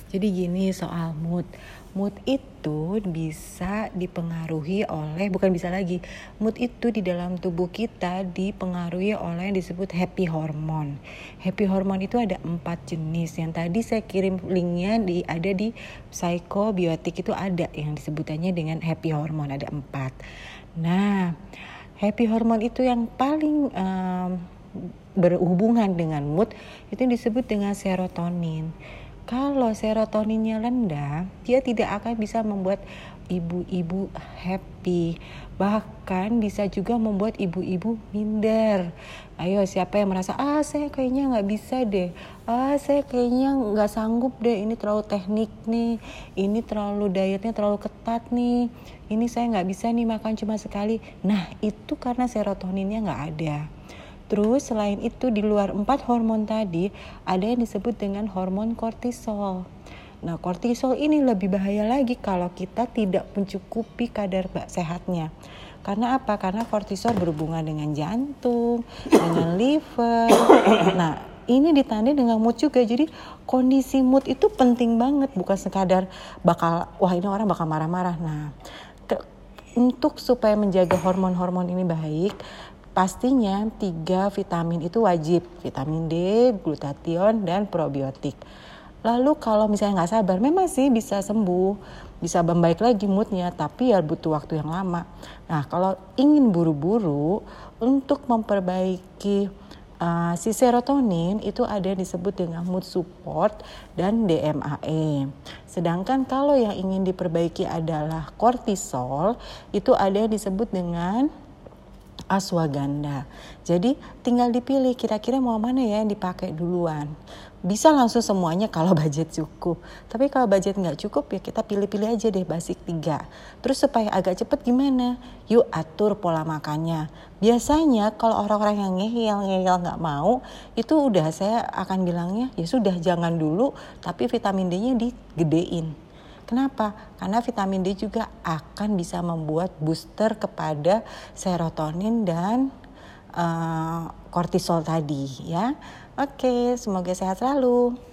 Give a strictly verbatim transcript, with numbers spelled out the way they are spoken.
Jadi gini soal mood. Mood itu bisa dipengaruhi oleh, bukan bisa lagi, mood itu di dalam tubuh kita dipengaruhi oleh yang disebut happy hormone. Happy hormone itu ada empat jenis. Yang tadi saya kirim linknya di ada di Psychobiotic, itu ada yang disebutannya dengan happy hormone, ada empat. Nah, happy hormone itu yang paling um, berhubungan dengan mood itu disebut dengan serotonin. Kalau serotoninnya rendah, dia tidak akan bisa membuat ibu-ibu happy. Bahkan bisa juga membuat ibu-ibu minder. Ayo, siapa yang merasa, ah saya kayaknya gak bisa deh. Ah saya kayaknya gak sanggup deh, ini terlalu teknik nih. Ini terlalu dietnya terlalu ketat nih. Ini saya gak bisa nih makan cuma sekali. Nah itu karena serotoninnya gak ada. Terus selain itu di luar empat hormon tadi ada yang disebut dengan hormon kortisol. Nah kortisol ini lebih bahaya lagi kalau kita tidak mencukupi kadar sehatnya. Karena apa? Karena kortisol berhubungan dengan jantung, dengan liver. Nah ini ditandai dengan mood juga. Jadi kondisi mood itu penting banget, bukan sekadar bakal wah ini orang bakal marah-marah. Nah ke, untuk supaya menjaga hormon-hormon ini baik, pastinya tiga vitamin itu wajib, vitamin D, glutathione, dan probiotik. Lalu kalau misalnya nggak sabar, memang sih bisa sembuh, bisa membaik lagi moodnya, tapi ya butuh waktu yang lama. Nah kalau ingin buru-buru untuk memperbaiki uh, si serotonin itu ada yang disebut dengan mood support dan D M A E. Sedangkan kalau yang ingin diperbaiki adalah kortisol, itu ada yang disebut dengan ashwagandha. Jadi tinggal dipilih kira-kira mau mana ya yang dipakai duluan. Bisa langsung semuanya kalau budget cukup. Tapi kalau budget nggak cukup ya kita pilih-pilih aja deh basic tiga. Terus supaya agak cepet gimana? Yuk atur pola makannya. Biasanya kalau orang-orang yang ngeyel-ngeyel nggak mau, itu udah saya akan bilangnya ya sudah jangan dulu, tapi vitamin D-nya digedein. Kenapa? Karena vitamin D juga akan bisa membuat booster kepada serotonin dan uh, kortisol tadi ya. Oke, semoga sehat selalu.